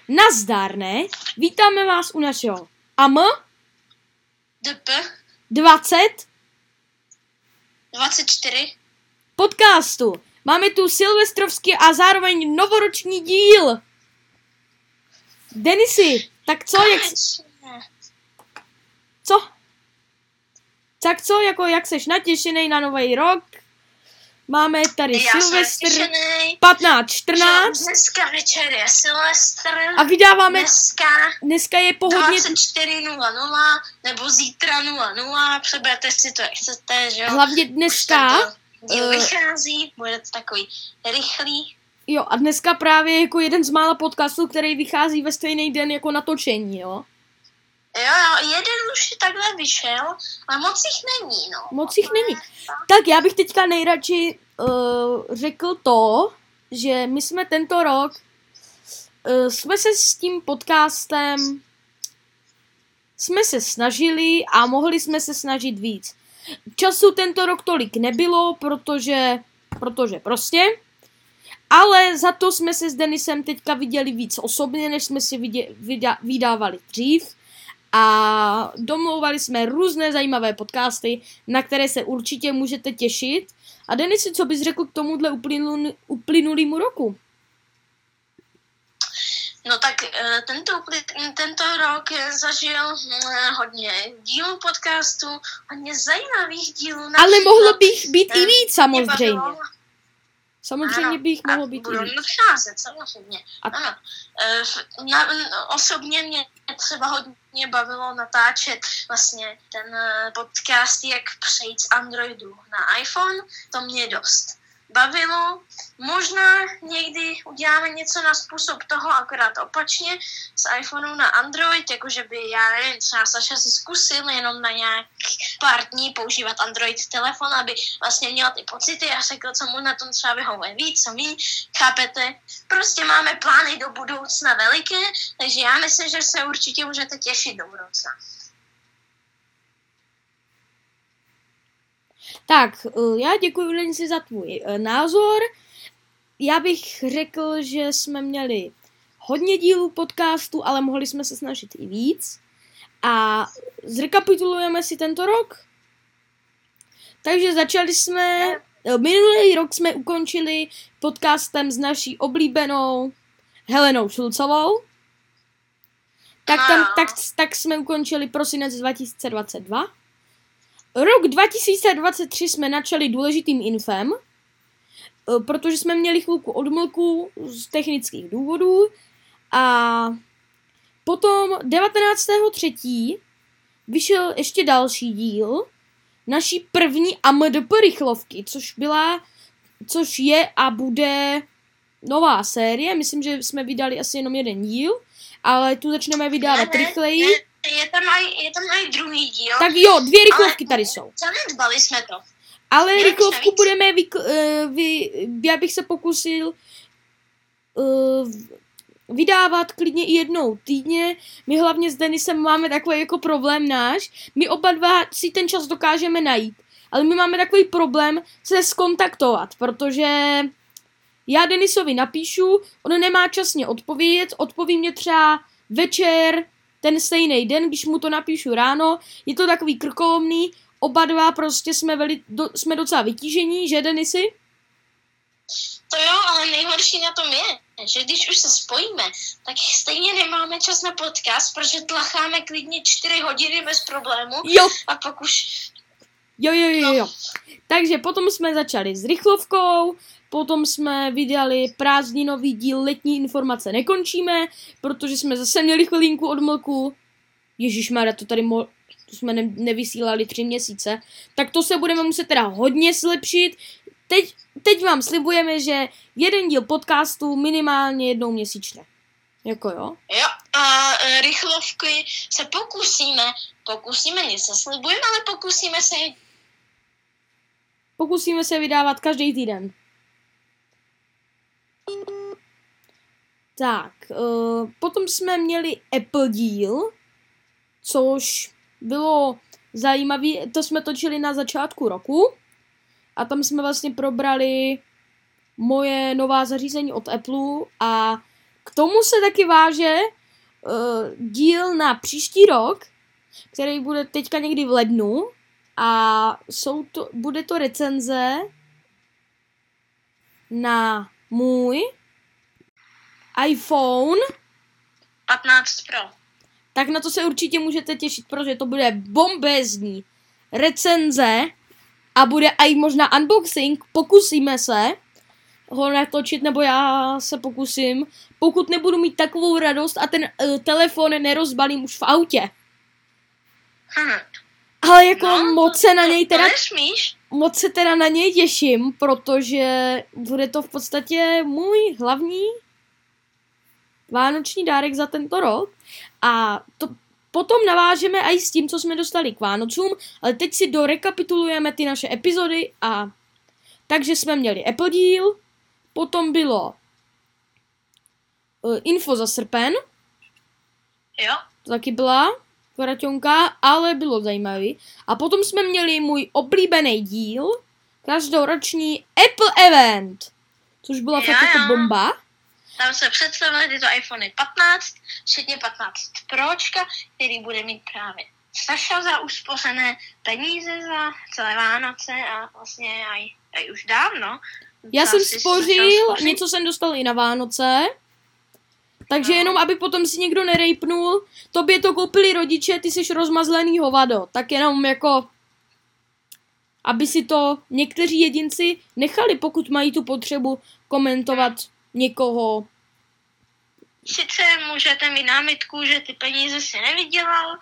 Nazdar, ne? Vítáme vás u našeho DP 20 24 podcastu. Máme tu silvestrovský a zároveň novoroční díl. Denisy, tak co, jak seš natěšenej na nový rok? Máme tady Silvestr 15-14. Dneska večer je Silvestr. A vydáváme, dneska je pohodně 24:00 nebo zítra 00, přeberte si to, jak chcete, že jo. Hlavně dneska díl vychází, bude to takový rychlý. Jo, a dneska právě jako jeden z mála podcastů, který vychází ve stejný den jako natočení, jo. Jo, jeden už takhle vyšel, ale moc jich není, no. Moc jich není. Tak já bych teďka nejradši řekl to, že my jsme tento rok jsme se s tím podcastem jsme se snažili a mohli jsme se snažit víc. Času tento rok tolik nebylo, protože prostě, ale za to jsme se s Denisem teďka viděli víc osobně, než jsme si vydávali dřív. A domlouvali jsme různé zajímavé podcasty, na které se určitě můžete těšit. A Denisi, co bys řekl k tomuhle uplynulému roku? No tak tento rok zažil hodně dílů podcastu, hodně zajímavých dílů. Ale mohlo bych být i víc, samozřejmě. Samozřejmě bych mohlo být budou nadcházet, samozřejmě. Ano. Osobně mě třeba hodně bavilo natáčet vlastně ten podcast, jak přejít z Androidu na iPhone. To mě dost bavilo. Možná někdy uděláme něco na způsob toho, akorát opačně, z iPhoneu na Android, jakože by, já nevím, třeba Saša si zkusil jenom na nějak pár dní používat Android telefon, aby vlastně měl ty pocity a řekl, co mu na tom třeba vyhovuje víc, co míň, chápete? Prostě máme plány do budoucna veliké, takže já myslím, že se určitě můžete těšit do budoucna. Tak, já děkuji Lenci za tvůj názor. Já bych řekl, že jsme měli hodně dílů podcastu, ale mohli jsme se snažit i víc. A zrekapitulujeme si tento rok. Takže začali jsme, minulý rok jsme ukončili podcastem s naší oblíbenou Helenou Šulcovou. Tak jsme ukončili prosinec 2022. Rok 2023 jsme načali důležitým infem, protože jsme měli chvilku odmlku z technických důvodů a potom 19.3. vyšel ještě další díl naší první AMDP rychlovky, což je a bude nová série. Myslím, že jsme vydali asi jenom jeden díl, ale tu začneme vydávat rychleji. Je tam i druhý díl. Tak jo, 2 rychlovky tady jsou. Zanedbali jsme to. Ale rychlovku budeme já bych se pokusil vydávat klidně i jednou týdně. My hlavně s Denisem máme takový jako problém náš. My oba dva si ten čas dokážeme najít. Ale my máme takový problém se skontaktovat, protože já Denisovi napíšu, on nemá čas mě odpovědět, odpoví mě třeba večer, ten stejný den, když mu to napíšu ráno, je to takový krkolomný, oba dva prostě jsme docela vytížení, že Denisy? To jo, ale nejhorší na tom je, že když už se spojíme, tak stejně nemáme čas na podcast, protože tlacháme klidně 4 hodiny bez problému. Jo. A pak už... Jo. Takže potom jsme začali s rychlovkou, potom jsme vydali prázdninový díl Letní informace nekončíme, protože jsme zase měli chvilinku odmlku. Ježišmarja, to jsme nevysílali 3 měsíce. Tak to se budeme muset teda hodně zlepšit. Teď vám slibujeme, že jeden díl podcastu minimálně jednou měsíčně. Jako jo? Jo, a rychlovky se pokusíme, nic neslibujeme, ale pokusíme se vydávat každý týden. Tak, potom jsme měli Apple díl, což bylo zajímavý, to jsme točili na začátku roku a tam jsme vlastně probrali moje nová zařízení od Apple a K tomu se taky váže díl na příští rok, který bude teďka někdy v lednu a bude to recenze na můj iPhone 15 Pro. Tak na to se určitě můžete těšit, protože to bude bombézní recenze a bude i možná unboxing. Pokusíme se ho natočit, nebo já se pokusím, pokud nebudu mít takovou radost a ten telefon nerozbalím už v autě. Ale jako moc se na něj teda... Moc se teda na něj těším, protože bude to v podstatě můj hlavní vánoční dárek za tento rok. A to potom navážeme i s tím, co jsme dostali k Vánocům, ale teď si dorekapitulujeme ty naše epizody a takže jsme měli Apple díl, potom bylo info za srpen. Jo. To taky byla kvaraťonka, ale bylo zajímavý. A potom jsme měli můj oblíbený díl, každoroční Apple Event, což byla fakt jako bomba. Tam se představili tyto iPhone 15, včetně 15 Pročka, který bude mít právě Saša za uspořené peníze za celé Vánoce a vlastně aj už dávno. Já jsem spořil, něco jsem dostal i na Vánoce, takže jenom, aby potom si někdo nerejpnul, tobě to koupili rodiče, ty jsi rozmazlený hovado, tak jenom jako, aby si to někteří jedinci nechali, pokud mají tu potřebu komentovat někoho. Sice můžete mít námitku, že ty peníze si nevydělal.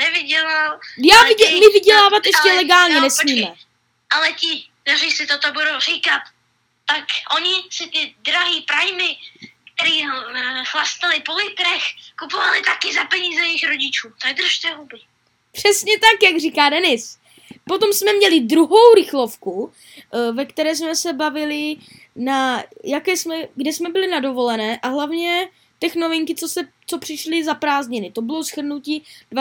My vydělávat ještě legálně nesmíme. Ale ti, kteří si toto budou říkat, tak oni si ty drahý primy, který chlastali po litrech, kupovali taky za peníze jejich rodičů. Tak držte huby. Přesně tak, jak říká Denis. Potom jsme měli druhou rychlovku, ve které jsme se bavili kde jsme byli na dovolené a hlavně těch novinky, co přišly za prázdniny. To bylo shrnutí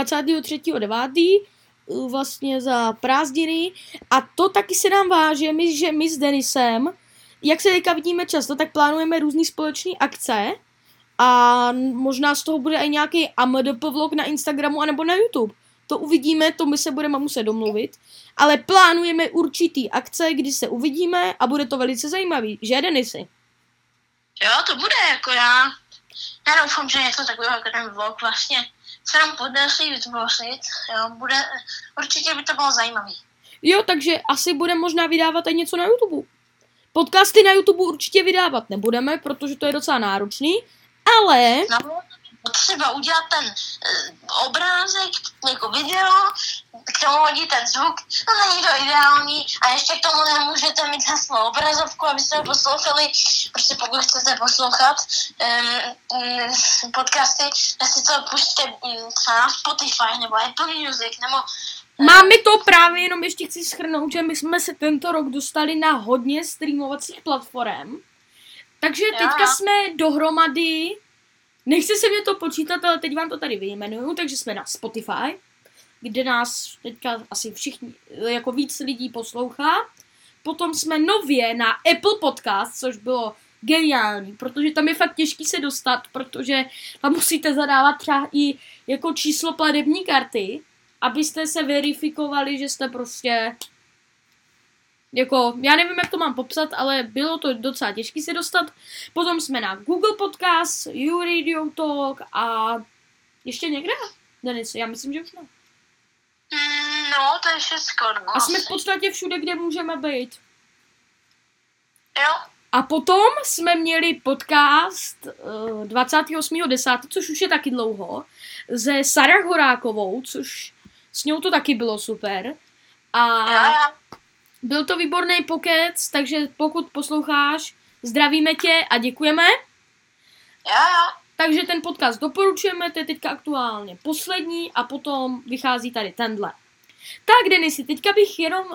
23.9. vlastně za prázdniny a to taky se nám váže, že my s Denisem, jak se teďka vidíme často, tak plánujeme různý společný akce a možná z toho bude i nějaký AMDP vlog na Instagramu anebo na YouTube. To uvidíme, to my se budeme muset domluvit, ale plánujeme určitý akce, kdy se uvidíme a bude to velice zajímavý, že Denisy? Jo, to bude, jako já doufám, že něco takového jako ten vlog vlastně se nám podaří vytvořit, jo, určitě by to bylo zajímavý. Jo, takže asi budeme možná vydávat i něco na YouTube. Podcasty na YouTube určitě vydávat nebudeme, protože to je docela náročný, ale... No, potřeba udělat ten obrázek, jako video, k tomu hodit ten zvuk, no není to ideální a ještě k tomu nemůžete mít haslo obrazovku, abyste ho poslouchali, protože pokud chcete poslouchat podcasty, tak si to pustíte třeba na Spotify nebo Apple Music, nebo... Máme to právě, jenom ještě chci shrnout, že my jsme se tento rok dostali na hodně streamovacích platform, takže teďka jsme dohromady... Nechce se mě to počítat, ale teď vám to tady vyjmenuju, takže jsme na Spotify, kde nás teďka asi všichni, jako víc lidí poslouchá. Potom jsme nově na Apple Podcast, což bylo geniální, protože tam je fakt těžký se dostat, protože tam musíte zadávat třeba i jako číslo platební karty, abyste se verifikovali, že jste prostě... Jako, já nevím, jak to mám popsat, ale bylo to docela těžké se dostat. Potom jsme na Google Podcast, YouRadio Talk a ještě někde? Denis, já myslím, že už ne. No, to je všechno. No, a jsme v podstatě všude, kde můžeme být. Jo. A potom jsme měli podcast 28.10., což už je taky dlouho, se Sarah Horákovou, což s ňou to taky bylo super. A... Byl to výborný pokec, takže pokud posloucháš, zdravíme tě a děkujeme. Jo. Takže ten podcast doporučujeme, to je teďka aktuálně poslední a potom vychází tady tenhle. Tak Denisi, teďka bych jenom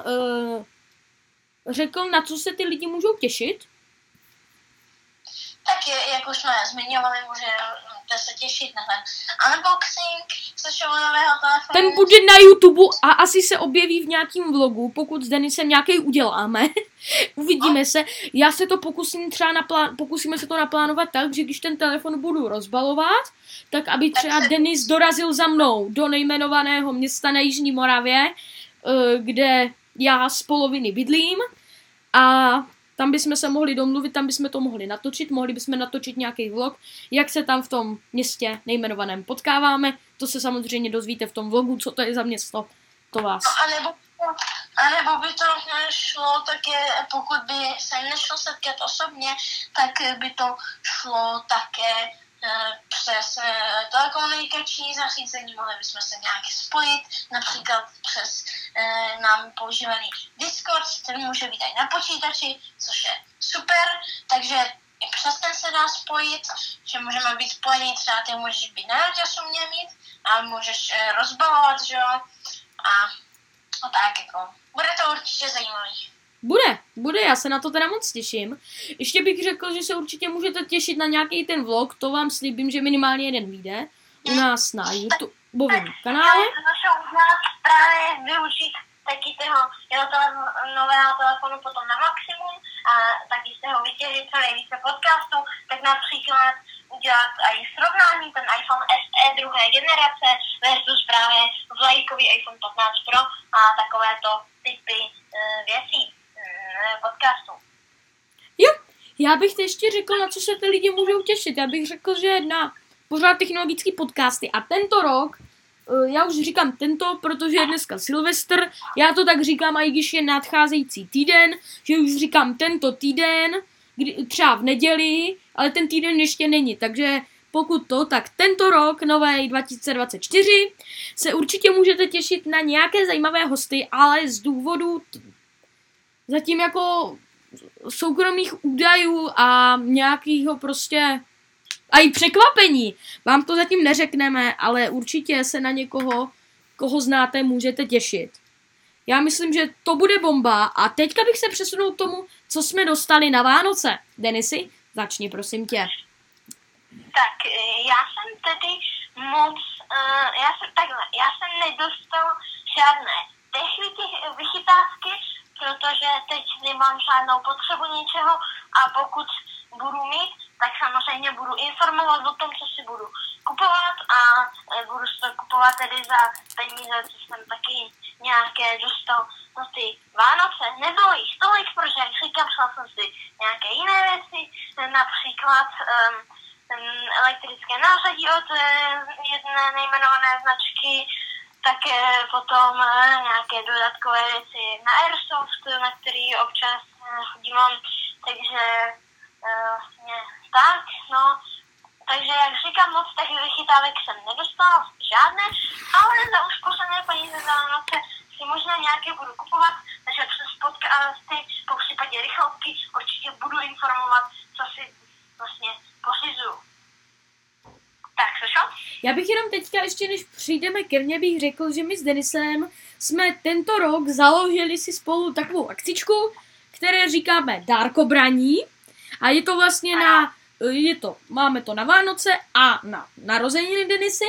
řekl, na co se ty lidi můžou těšit. Tak jak už jsme zmiňovali, můžete se těšit na ten unboxing našeho nového telefonu. Ten bude na YouTube a asi se objeví v nějakým vlogu, pokud s Denisem nějaký uděláme. Uvidíme se. Já se to pokusím třeba pokusíme se to naplánovat tak, že když ten telefon budu rozbalovat, tak aby třeba Denis dorazil za mnou do nejmenovaného města na Jižní Moravě, kde já z poloviny bydlím, a tam bychom se mohli domluvit, tam bychom to mohli natočit nějaký vlog, jak se tam v tom městě nejmenovaném potkáváme. To se samozřejmě dozvíte v tom vlogu, co to je za město, to vás. No, anebo by to šlo také, pokud by se nešlo setkat osobně, tak by to šlo také přes telekomunikační zařízení, mohli bychom se nějak spojit, například přes námi používaný Discord, ten může být i na počítači, což je super, takže i přes ten se dá spojit, že můžeme být spojení, třeba ty můžeš být na Raděsu mě mít a můžeš rozbalovat, že jo, a tak jako, bude to určitě zajímavý. Bude, já se na to teda moc těším. Ještě bych řekl, že se určitě můžete těšit na nějaký ten vlog, to vám slíbím, že minimálně jeden vyjde u nás na YouTubeovém kanále. Já právě využít taky toho nového telefonu potom na maximum a taky z toho vytěžit co nejvíce podcastů, tak například udělat i srovnání ten iPhone SE druhé generace versus právě vlajkový iPhone 15 Pro a takovéto typy věcí. Podcastu. Jo, já bych ještě řekl, na co se ty lidi můžou těšit. Já bych řekl, že na pořád technologický podcasty a tento rok, já už říkám tento, protože je dneska Silvestr, já to tak říkám, i když je nadcházející týden, že už říkám tento týden, třeba v neděli, ale ten týden ještě není, takže pokud to, tak tento rok, nový 2024, se určitě můžete těšit na nějaké zajímavé hosty, ale z důvodu zatím jako soukromých údajů a nějakého prostě a i překvapení. Vám to zatím neřekneme, ale určitě se na někoho, koho znáte, můžete těšit. Já myslím, že to bude bomba a teďka bych se přesunul k tomu, co jsme dostali na Vánoce. Denisy, začni prosím tě. Tak, já jsem tedy já jsem nedostal žádné vychytávky, protože teď nemám žádnou potřebu ničeho a pokud budu mít, tak samozřejmě budu informovat o tom, co si budu kupovat a budu si to kupovat tedy za peníze, co jsem taky nějaké dostal na ty Vánoce. Nebylo jich tolik, protože jak říkám, šla jsem si nějaké jiné věci, například elektrické nářadí od jedné nejmenované značky, také potom nějaké dodatkové věci na Airsoft, na který občas chodím, takže vlastně tak, no. Takže jak říkám, moc tak vychytávek jsem nedostala, žádné, ale za uspořené peníze za Vánoce si možná nějaké budu kupovat, takže přes podcasty, po případě rychlovky, určitě budu informovat, co si vlastně pořizuju. Tak, slyšel? Já bych jenom teďka, ještě než přijdeme ke mně, bych řekl, že my s Denisem jsme tento rok založili si spolu takovou akcičku, které říkáme dárkobraní. A je to vlastně máme to na Vánoce a na narozeniny Denisy.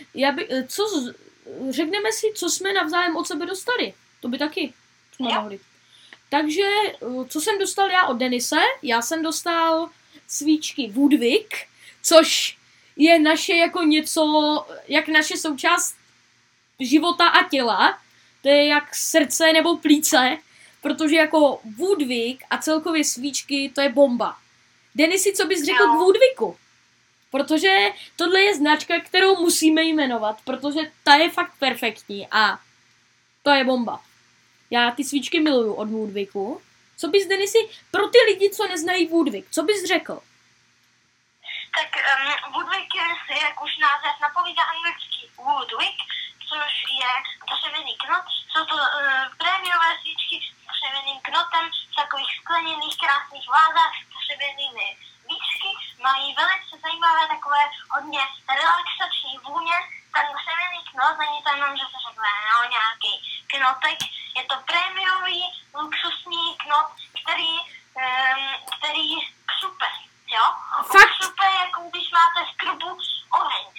Řekneme si, co jsme navzájem od sebe dostali. To by taky jsme mohli. Takže, co jsem dostal já od Denise? Já jsem dostal svíčky Woodwick, což je naše jako něco, jak naše součást života a těla. To je jak srdce nebo plíce, protože jako Woodwick a celkově svíčky, to je bomba. Denisy, co bys řekl k Woodwicku? Protože tohle je značka, kterou musíme jmenovat, protože ta je fakt perfektní a to je bomba. Já ty svíčky miluju od Woodwicku. Co bys, Denisy, pro ty lidi, co neznají Woodwick, co bys řekl? Tak Woodwick je, jak už název napovídá anglicky Woodwick, což je dřevěný knot. Jsou to prémiové svíčky s dřevěným knotem v takových skleněných krásných vázách s dřevěnými víčky. Mají velice zajímavé takové hodně relaxační vůně. Ten dřevěný knot, není to jenom, že se řekne nějaký knotek. Je to prémiový luxusní knot, který křupe. Jo? Fakt? Super, jako když máte v krbu oheň.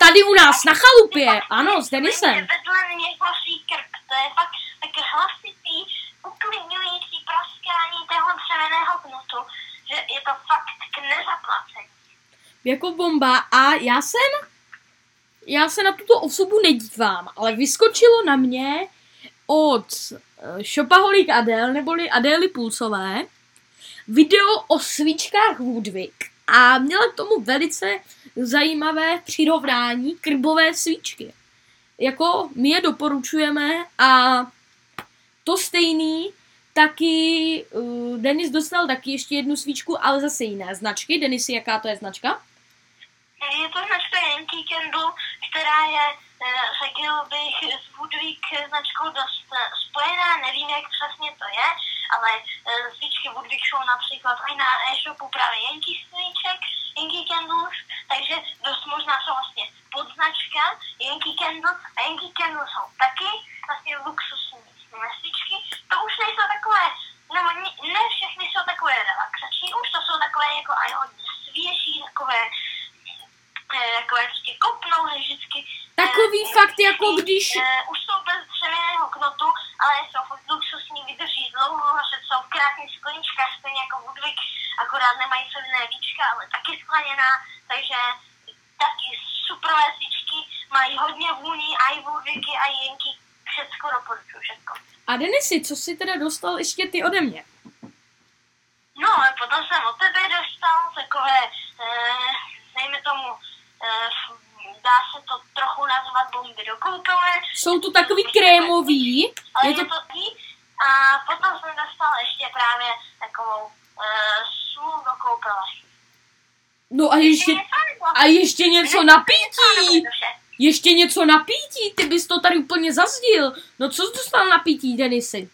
Tady u nás na chalupě, ano, s Denisem. Vedle mě hlasí krk, to je fakt taky hlasitý, uklidňující praskání toho dřevěného knutu, že je to fakt k nezaplacení. Jako bomba a já se na tuto osobu nedívám, ale vyskočilo na mě od Shopaholic Adele, neboli Adély Pulsové, video o svíčkách Woodwick a měla k tomu velice zajímavé přirovnání krbové svíčky. Jako my je doporučujeme a to stejný taky Denis dostal taky ještě jednu svíčku, ale zase jiné značky. Denisi, jaká to je značka? Je to značka Yankee Candle, která je, řekl bych, s Woodwick značkou dost spojená, nevím, jak přesně to je, ale svíčky Woodwick jsou například i na e-shopu právě Yankee svíček, Yankee Candles, takže dost možná jsou vlastně podznačka Yankee Candle a Yankee Candle jsou taky vlastně luxusní svíčky. To už nejsou takové, no ne všechny jsou takové relaxační, už to jsou takové jako aj hodně svěží, takové vždycky kopnou, vždycky... Takový fakt jako když... Už jsou bez dřevěného knotu, ale jsou fakt luxusní, vydrží dlouho, že jsou v krásných skleničkách, stejně jako Woodwick, akorát nemají silné víčka, ale taky skleněná, takže taky superové svíčky, mají hodně vůní, aj Woodwicky, aj Yankee, všecko doporučuji, všecko. A Denisi, co jsi teda dostal ještě ty ode mě? No, ale potom jsem od tebe dostal takové, dejme tomu, dá se to trochu nazvat bomby do koupele. Jsou to takový krémový. Ale je to a potom jsem dostal ještě právě takovou sůl do koupele. No a ještě něco na pití. Ještě něco na pití, ty bys to tady úplně zazdil. No co jsi dostal na pití, Denisi?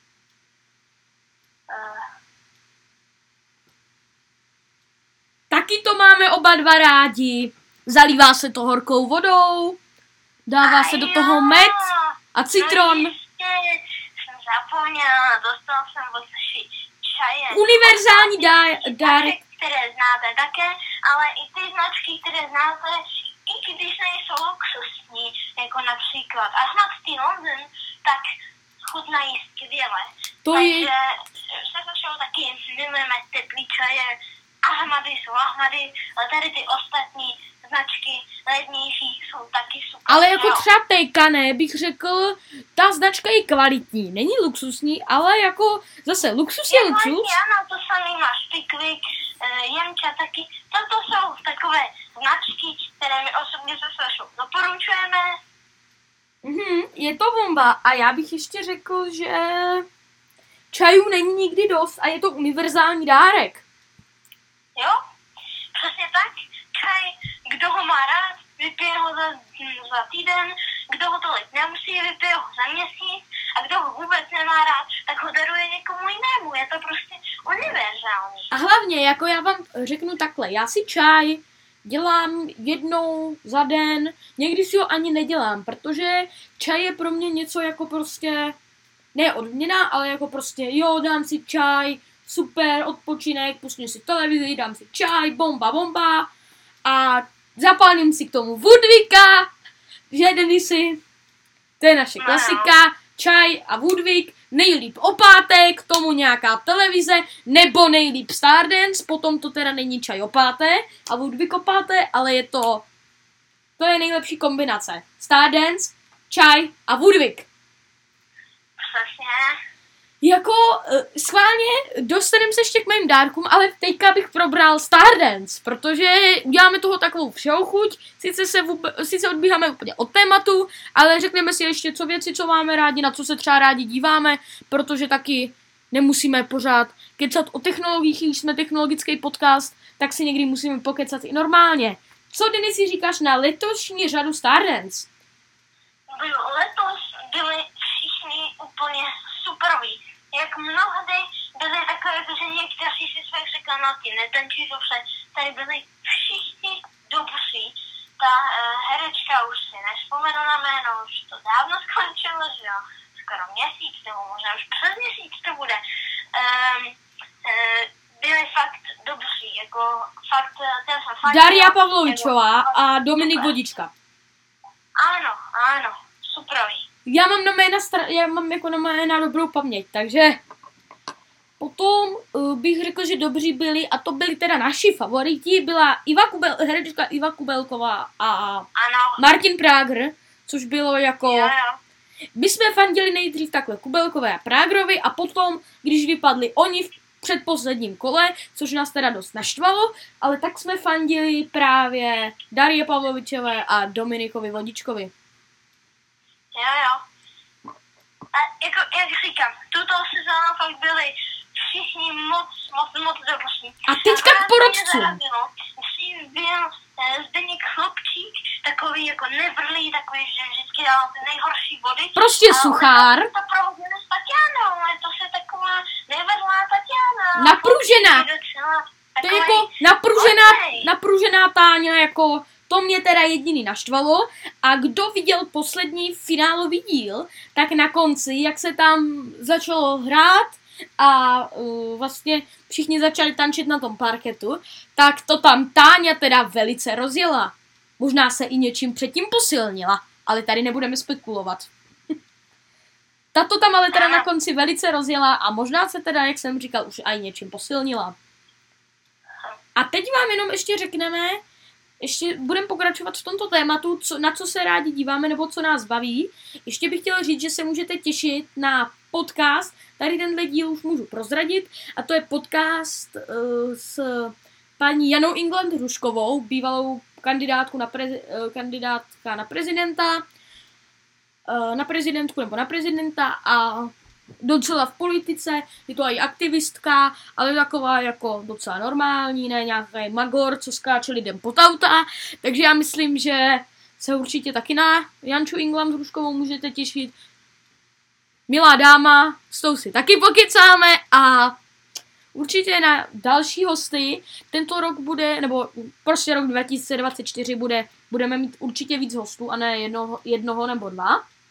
Taky to máme oba dva rádi. Zalívá se to horkou vodou, dává se do toho med a citron. No jsem zapomněla, dostal jsem od čaje. Univerzální dárek. Které znáte také, ale i ty značky, které znáte, i když nejsou luxusní, jako například Ahmadský London, tak chutnají skvěle. Takže se začalo taky milujeme teplý čaje, Ahmady jsou Ahmady, ale tady ty ostatní značky lednější jsou taky super. Ale jako třeba Tejkané bych řekl, ta značka je kvalitní, není luxusní, ale jako zase luxus je luxus. Ano, to samý máš Pickwick, Jemča taky, to jsou takové značky, které my osobně se Sašou doporučujeme. Je to bomba a já bych ještě řekl, že čajů není nikdy dost a je to univerzální dárek. Jo, přesně tak. Čaj, kdo ho má rád, vypije ho za týden, kdo ho tolik nemusí, vypije ho za měsíc a kdo ho vůbec nemá rád, tak ho daruje někomu jinému. Je to prostě univerzální. A hlavně, jako já vám řeknu takhle, já si čaj dělám jednou za den, někdy si ho ani nedělám, protože čaj je pro mě něco jako prostě, ne odměna, ale jako prostě, jo, dám si čaj, super, odpočinek, pustím si televizi, dám si čaj, bomba a zapálím si k tomu Woodwicka, že Denisi, to je naše klasika, čaj a Woodwick, nejlíp o páté, k tomu nějaká televize, nebo nejlíp Stardance, potom to teda není čaj o páté a Woodwick o páté, ale to je nejlepší kombinace. Stardance, čaj a Woodwick. Přesně. Jako schválně dostaneme se ještě k mým dárkům, ale teďka bych probral Stardance, protože děláme toho takovou všeho chuť, sice odbíháme úplně od tématu, ale řekneme si ještě co věci, co máme rádi, na co se třeba rádi díváme, protože taky nemusíme pořád kecat o technologiích, když jsme technologický podcast, tak si někdy musíme pokecat i normálně. Co, Denis, si říkáš na letošní řadu Stardance? Letos byli všichni úplně superoví. Jak mnohdy byly takové, že někteří si své řekli, no ty netančí dobře, tady byli všichni dobří. Ta herečka už si nevzpomenu na jméno, už to dávno skončilo, že jo, skoro měsíc, nebo možná už přes měsíc to bude. Byli fakt dobří. dobrý, jako fakt, ten jsem fakt... Daria Pavlovičová a Dominik Vodička. Ano, superový. Já mám jako na dobrou paměť, takže potom bych řekl, že dobří byli, a to byli teda naši favoriti, byla herečka Iva Kubelková a Martin Prágr, což bylo jako... Jo. My jsme fandili nejdřív takhle Kubelkové a Prágrovi a potom, když vypadli oni v předposledním kole, což nás teda dost naštvalo, ale tak jsme fandili právě Darie Pavlovičové a Dominikovi Vodičkovi. Jo. A jako, jak říkám, tuto sezónu fakt byli všichni moc dobří. A teďka k porodcům. Dřív byl Zdeněk Chlopčík, takový jako nevrlý, takový, že vždycky dal ty nejhorší body. Prostě suchár. To prohodili s Tatianou, ale to je taková nevrlá Tatiana. Napružená. To je jako napružená Táňa, jako to mě teda jediný naštvalo. A kdo viděl poslední finálový díl, tak na konci, jak se tam začalo hrát a vlastně všichni začali tančit na tom parketu, tak to tam Táňa teda velice rozjela. Možná se i něčím předtím posilnila, ale tady nebudeme spekulovat. Tato tam ale teda na konci velice rozjela a možná se teda, jak jsem říkal, už aj něčím posilnila. A teď vám jenom ještě řekneme, ještě budeme pokračovat v tomto tématu, na co se rádi díváme nebo co nás baví. Ještě bych chtěla říct, že se můžete těšit na podcast, tady tenhle díl už můžu prozradit, a to je podcast s paní Janou England Hruškovou, bývalou kandidátka na prezidenta, na prezidentku nebo na prezidenta a docela v politice, je to i aktivistka, ale taková jako docela normální, ne nějaký magor, co skáče lidem pod auta, takže já myslím, že se určitě taky na Janču England Hruškovou můžete těšit. Milá dáma, s tou si taky pokecáme a určitě na další hosty tento rok bude, nebo prostě rok 2024 budeme mít určitě víc hostů a ne jednoho nebo dva.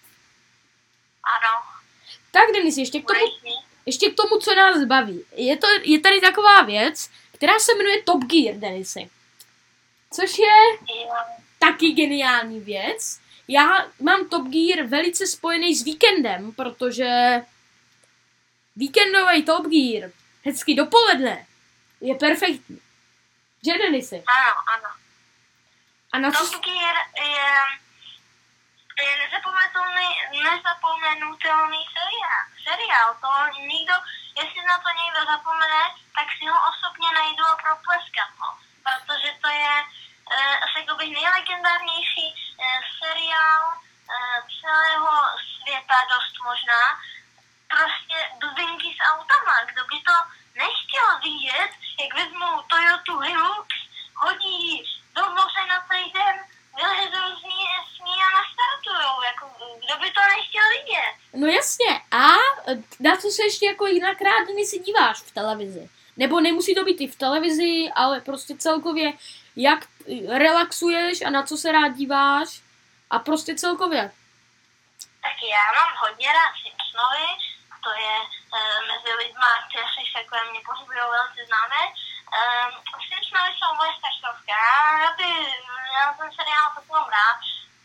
Ano. Tak Denis, ještě k tomu, co nás baví. Je tady taková věc, která se jmenuje Top Gear, Denisy. Což je taky geniální věc. Já mám Top Gear velice spojený s víkendem, protože víkendový Top Gear, hezky dopoledne, je perfektní. Že, Denisy? Ano. A na Top Gear je nezapomenutelný seriál. To nikdo, jestli na to někdo zapomene, tak si ho osobně najdu a propleskám ho. Protože to je řekl bych nejlegendárnější seriál celého světa, dost možná. Prostě duzinky s autama. Kdo by to nechtěl vidět, jak vezmou Toyotu Hilux, hodí do moře na týden, vylezou z ní a nastartujou. Jako, kdo by to nechtěl vidět? No jasně. A na co se ještě jako jinak rád si díváš v televizi? Nebo nemusí to být i v televizi, ale prostě celkově jak relaxuješ a na co se rád díváš a prostě celkově. Tak já mám hodně rád Simpsonovi, to je mezi lidma, kteří se kolem mě pohybují, velice známé. Simpsonovi jsou moje staršovka, já ten seriál tak mám rád.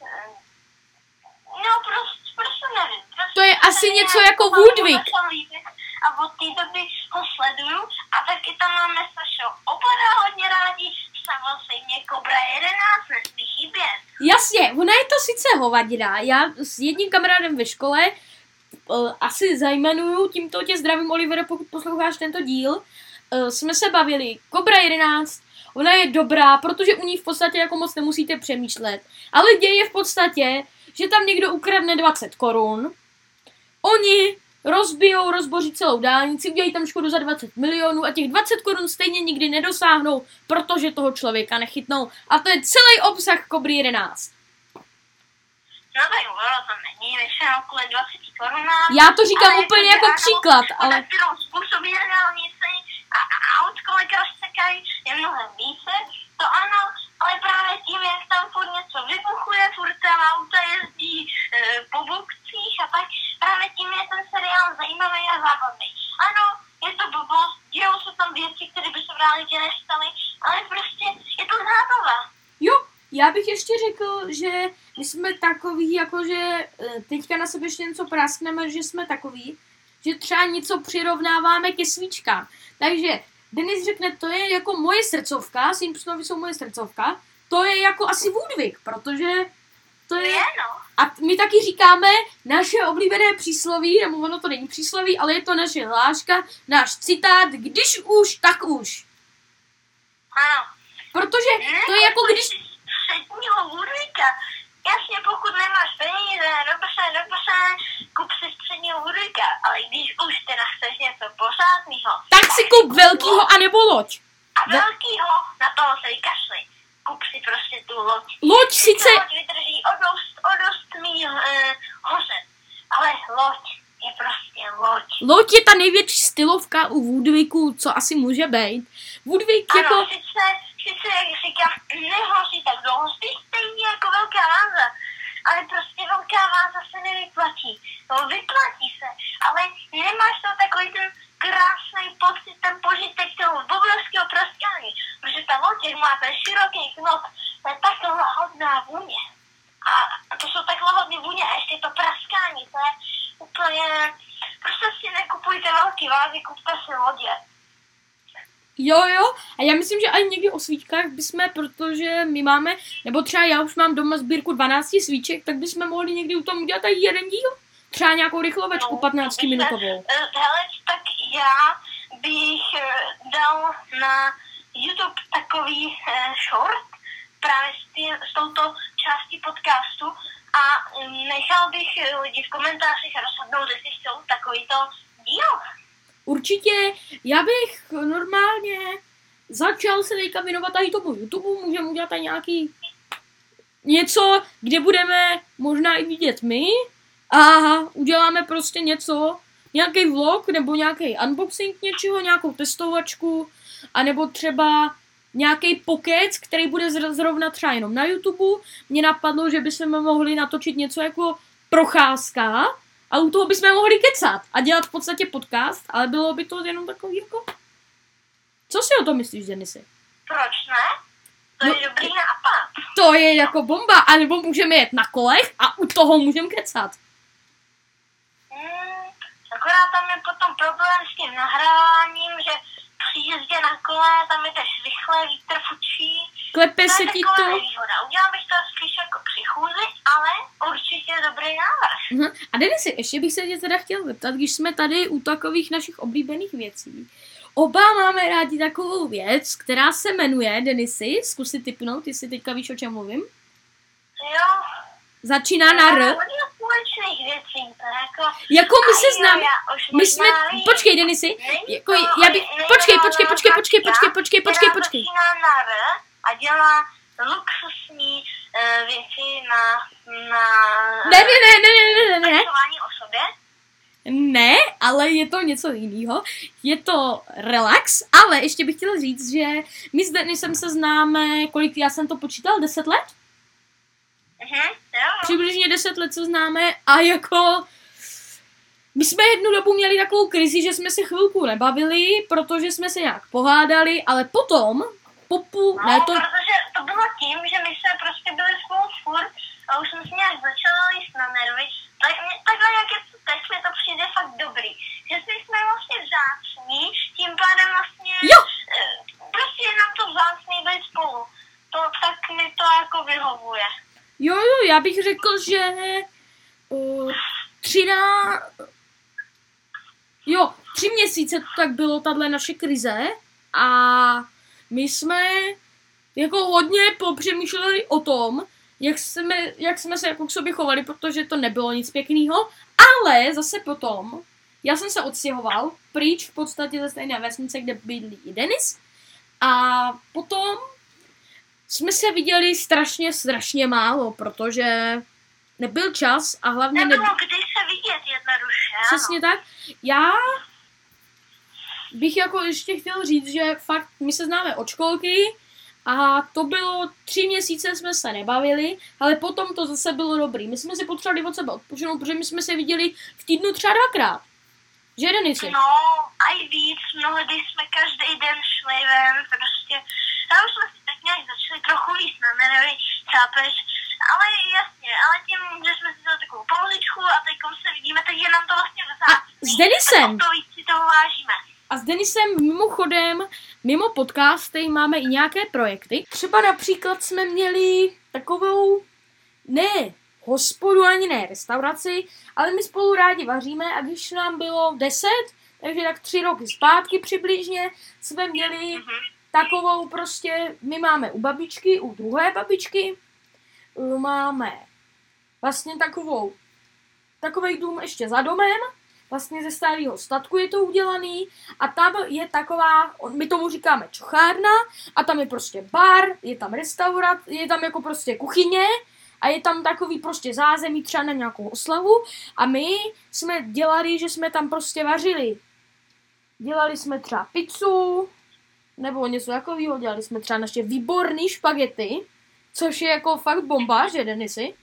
No prostě nevím. To je asi něco jako Woodwick. A od té doby ho sleduju a taky tam máme Sašo opada hodně rádi, samozřejmě Cobra 11 nesmí chybět. Jasně, ona je to sice hovadina, já s jedním kamarádem ve škole, asi zajmenuju, tímto tě zdravím, Olivere, pokud posloucháš tento díl, jsme se bavili, Cobra 11, ona je dobrá, protože u ní v podstatě jako moc nemusíte přemýšlet, ale děje v podstatě, že tam někdo ukradne 20 korun, oni rozboří celou dálnici, udělají tam škodu za 20 milionů a těch 20 korun stejně nikdy nedosáhnou, protože toho člověka nechytnou. A to je celý obsah Cobry 11. No tak ono to není, většinou kvůli 20 korunám. Já to říkám úplně jako příklad, ale... Ale kterou způsobí dálnici a aut kolikrát čekají je mnohem více, to ano, ale právě tím, jak tam furt něco vybuchuje, furt tam auta jezdí po bokcích a tak, právě tím je ten seriál zajímavý a zábavný. Ano, je to blbost, dějou se tam věci, které by se v tentokrát tě nestali, ale prostě je to zábava. Jo, já bych ještě řekl, že my jsme takový, jakože teďka na sebe ještě něco praskneme, že jsme takový, že třeba něco přirovnáváme ke svíčkám. Takže Denis řekne, to je jako moje srdcovka, Simpsonovi jsou moje srdcovka, to je jako asi Woodwick, protože to je... A my taky říkáme naše oblíbené přísloví, nebo ono to není přísloví, ale je to naše hláška, náš citát, když už, tak už. Ano. Protože to je jako když... Středního Woodwicka. Jasně, pokud nemáš peníze, dobře, kup si středního Woodwicka, ale když už teda chceš něco pořádného, tak si kup velkýho anebo loď. A velkýho, na toho se vykašli. Kup si prostě tu loď. Loď sice... Loď vydrží o dost míň hořet, ale loď je prostě loď. Loď je ta největší stylovka u Woodwicku, co asi může být. Woodwick ano, jako... Sice, jak říkám, nehoří tak dlouho, stejně jako velká váza, ale prostě velká váza se nevyplatí. No, vyplatí se, ale nemáš to takový ten krásný pocit, ten požitek toho obrovského praskání, protože ta loď, jak má ten široký knot, to je taková hodná vůně. A to jsou takhle hodný vůně a ještě to praskání, to je úplně... Prostě si nekupujte velký vázy, kupte si lodě. Jo, a já myslím, že ani někdy o svíčkách bychom, protože my máme, nebo třeba já už mám doma sbírku 12 svíček, tak bychom mohli někdy u tom udělat i jeden díl. Třeba nějakou rychlovečku 15-minutovou. Hele, tak já bych dal na YouTube takový short právě s touto částí podcastu a nechal bych lidi v komentářích rozhodnout, jestli chcou takovýto díl. Určitě, já bych normálně začal se teďka věnovat i tomu YouTube, můžeme udělat i nějaký něco, kde budeme možná i vidět my a uděláme prostě něco, nějaký vlog nebo nějaký unboxing něčeho, nějakou testovačku, anebo třeba nějaký pokec, který bude zrovna třeba jenom na YouTube. Mně napadlo, že bychom mohli natočit něco jako procházka, a u toho bychom mohli kecat a dělat v podstatě podcast, ale bylo by to jenom takový jako... Co si o tom myslíš, Denisy? Proč ne? To je dobrý nápad. To je jako bomba, anebo můžeme jet na kolech a u toho můžeme kecat. Akorát tam je potom problém s tím nahráváním, že při jízdě na kole tam jdeš rychle, vítr fučí. Klepe se ti to... Nevýhoda. Udělám bych to spíš jako při chůzi, ale určitě dobrý návrh. A Denisy, ještě bych se tě teda chtěl zeptat, když jsme tady u takových našich oblíbených věcí. Oba máme rádi takovou věc, která se jmenuje, Denisy, zkus si tipnout, jestli teďka víš, o čem mluvím. Jo. Začíná na R. Společných věcí, to jako my se známe, my jsme, počkej Denisy, jako já bych, počkej. Začíná na R a dělá luxusní věci na Ne. o sobě. Ne, ale je to něco jiného. Je to relax, ale ještě bych chtěla říct, že my s Denisem se známe, kolik já jsem to počítal, 10 let? Jo. Přibližně 10 let se známe a jako... My jsme jednu dobu měli takovou krizi, že jsme se chvilku nebavili, protože jsme se nějak pohádali, ale potom, protože to bylo tím, že my jsme prostě byli spolu furt a už jsme si nějak začali jíst na nervy. Takhle jak je to teď, mi to přijde fakt dobrý. Že jsme vlastně vzácní, tím pádem vlastně prostě je nám to vzácný být spolu. Tak mi to jako vyhovuje. Jo, já bych řekl, že 3 měsíce to tak bylo, tahle naše krize a my jsme jako hodně popřemýšleli o tom, jak jsme se jako k sobě chovali, protože to nebylo nic pěkného, ale zase potom, já jsem se odstěhoval pryč v podstatě ze stejné vesnice, kde bydlí i Denis a potom jsme se viděli strašně málo, protože nebyl čas a hlavně nebylo kdy se vidět jednoduše. Přesně tak. Já bych jako ještě chtěl říct, že fakt my se známe od školky a to bylo 3 měsíce jsme se nebavili, ale potom to zase bylo dobrý. My jsme si potřebovali od sebe odpočinout, protože my jsme se viděli v týdnu třeba 2krát. Že, Denisy? No, a i víc, mnohdy jsme každý den šli ven, prostě. A už jsme si tak nějak začali trochu víc na nervy, chápeš? Ale jasně, ale tím, že jsme si dali takovou pauzičku a teď se vidíme, takže nám to vlastně vzácný. A s Denisem! A to víc si toho vážíme. A s Denisem mimochodem, mimo podcasty máme i nějaké projekty. Třeba například jsme měli takovou, ne hospodu ani ne restauraci, ale my spolu rádi vaříme a když nám bylo 10, takže tak 3 roky zpátky přibližně, jsme měli takovou prostě, my máme u babičky, u druhé babičky, máme vlastně takovej dům ještě za domem, vlastně ze starého statku je to udělaný a tam je taková, my tomu říkáme čochárna a tam je prostě bar, je tam restaurace, je tam jako prostě kuchyně a je tam takový prostě zázemí třeba na nějakou oslavu a my jsme dělali, že jsme tam prostě vařili. Dělali jsme třeba pizzu nebo něco takového, dělali jsme třeba naše výborný špagety, což je jako fakt bomba, že, Denisy?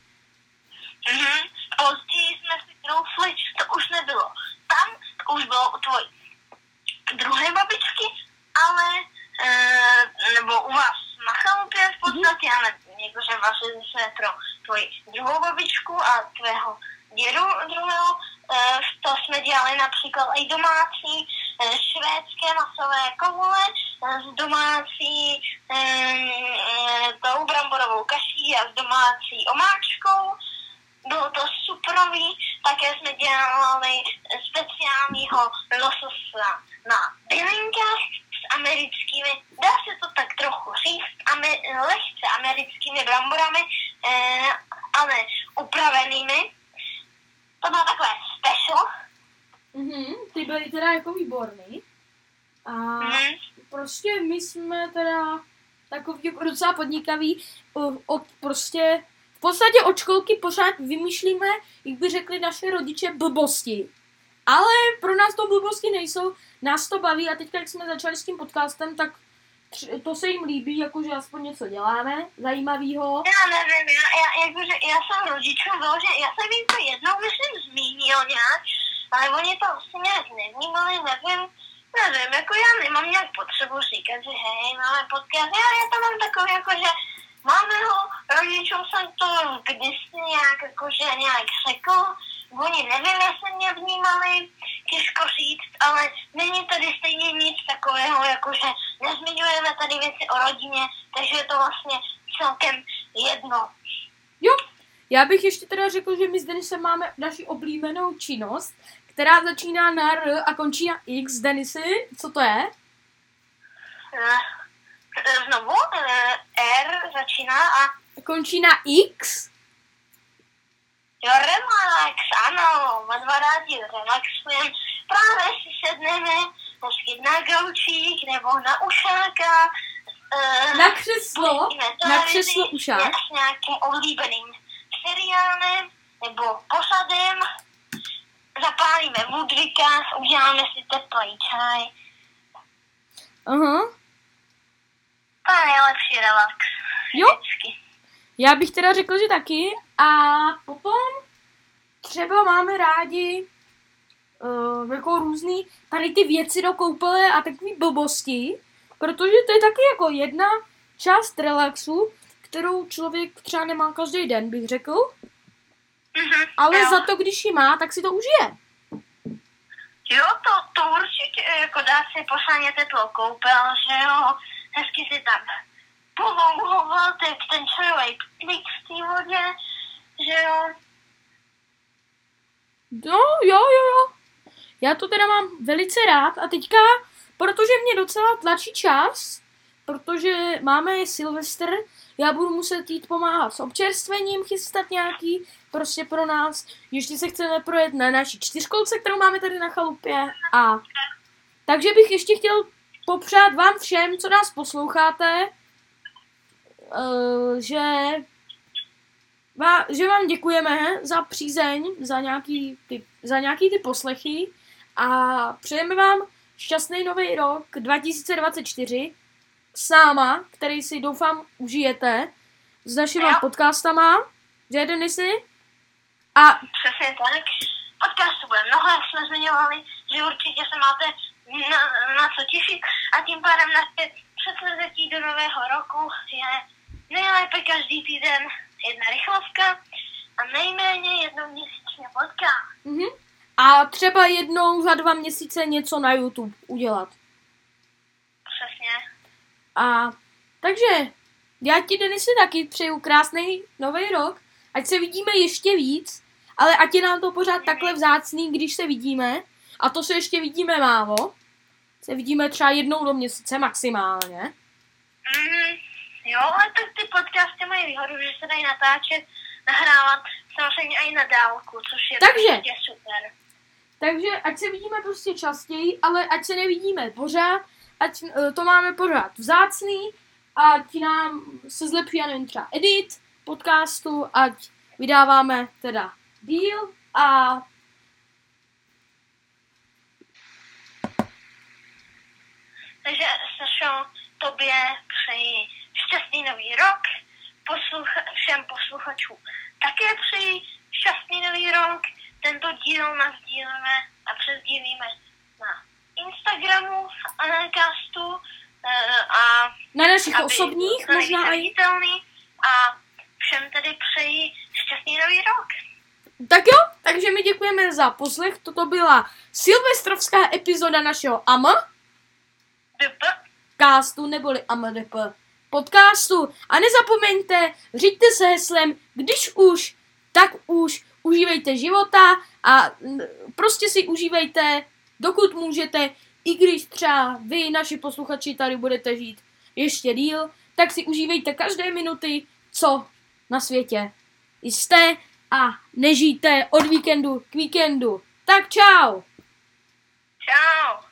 Později jsme si troufli, to už nebylo tam, to už bylo u tvojí druhé babičky, ale nebo u vás na chalupě v podstatě, ale jakože vařili jsme pro tvoji druhou babičku a tvého dědu druhého, to jsme dělali například i domácí švédské masové koule s domácí tou bramborovou kaší a s domácí omáčkou. Bylo to superový, také jsme dělali speciálního lososa na bylinkách s americkými, dá se to tak trochu říct, lehce americkými bramborami, ale upravenými. To bylo takové special. Ty byly teda jako výborný. A prostě my jsme teda takový jako docela podnikaví prostě v podstatě od školky pořád vymýšlíme, jak by řekli naše rodiče, blbosti. Ale pro nás to blbosti nejsou, nás to baví a teď, jak jsme začali s tím podcastem, tak to se jim líbí, jakože aspoň něco děláme zajímavého. Já nevím, já jsem rodičům že já jsem jim to jednou, myslím, zmínil nějak, ale oni to asi nějak nevnímali, nevím, jako já nemám nějak potřebu říkat, že hej, máme podcast, já to mám takový, jakože máme ho, rodičům jsem to kdysi nějak řekl, oni nevím, jestli mě vnímali, těžko říct, ale není tady stejně nic takového, jakože nezmiňujeme tady věci o rodině, takže je to vlastně celkem jedno. Jo, já bych ještě teda řekl, že my s Denisem máme naši oblíbenou činnost, která začíná na R a končí na X. Denisy, co to je? Znovu, R začíná a končí na X? Jo, relax, ano, my dva rádi relaxujeme, právě si sedneme, hezky na gaučík nebo na ušáka. Na křeslo ušák. S nějakým oblíbeným seriálem nebo posadem, zapálíme Woodwicka, uděláme si teplý čaj. To je nejlepší relax. Jo. Vždycky. Já bych teda řekl, že taky. A potom třeba máme rádi jako různý tady ty věci do koupele a takový blbosti, protože to je taky jako jedna část relaxu, kterou člověk třeba nemá každý den, bych řekl. Ale jo. za to, když ji má, tak si to užije. Jo, to určitě, jako dá si posáně teplou koupel, že jo, hezky si tam polouhoval ten čajový plik v té vodě, že jo. No, jo. Já to teda mám velice rád a teďka, protože mě docela tlačí čas, protože máme Silvestr, já budu muset jít pomáhat s občerstvením, chystat nějaký prostě pro nás. Ještě se chceme projet na naší 4školce, kterou máme tady na chalupě. A takže bych ještě chtěl popřát vám všem, co nás posloucháte, že vám děkujeme za přízeň, za nějaký ty poslechy a přejeme vám šťastný nový rok 2024 s náma, který si doufám užijete s našimi podcastama, že Denisy? A přesně tak. Podcastu bude mnoho, jak jsme jsme zmiňovali, že určitě se máte na co těšit a tím pádem naše předsevzetí do nového roku je nejlépe každý týden jedna rychlovka a nejméně jednou měsíčně podcast. Mhm. A třeba jednou za 2 měsíce něco na YouTube udělat. Přesně. A takže já ti, Denisi, taky přeju krásný nový rok, ať se vidíme ještě víc, ale ať je nám to pořád takhle vzácný, když se vidíme, a to se ještě vidíme málo, se vidíme třeba jednou do měsíce maximálně. Jo, ale tak ty podcasty mají výhodu, že se dají natáčet, nahrávat samozřejmě i na dálku, což je prostě super. Takže ať se vidíme prostě častěji, ale ať se nevidíme pořád, ať to máme pořád vzácný, ať nám se zlepší, já nevím, třeba edit podcastu, ať vydáváme teda díl a takže Sašo, tobě přeji šťastný nový rok, všem posluchačům také přeji šťastný nový rok, tento díl nasdílíme a přesdílíme na Instagramu Anelcastu a na našich osobních možná i. A všem tedy přeji šťastný nový rok. Tak jo, takže my děkujeme za poslech. Toto byla silvestrovská epizoda našeho castu neboli AMDP podcastu. A nezapomeňte, řiďte se heslem, když už, tak už, užívejte života a prostě si užívejte, dokud můžete, i když třeba vy, naši posluchači, tady budete žít ještě díl, tak si užívejte každé minuty, co na světě jste a nežijte od víkendu k víkendu. Tak čau! Čau!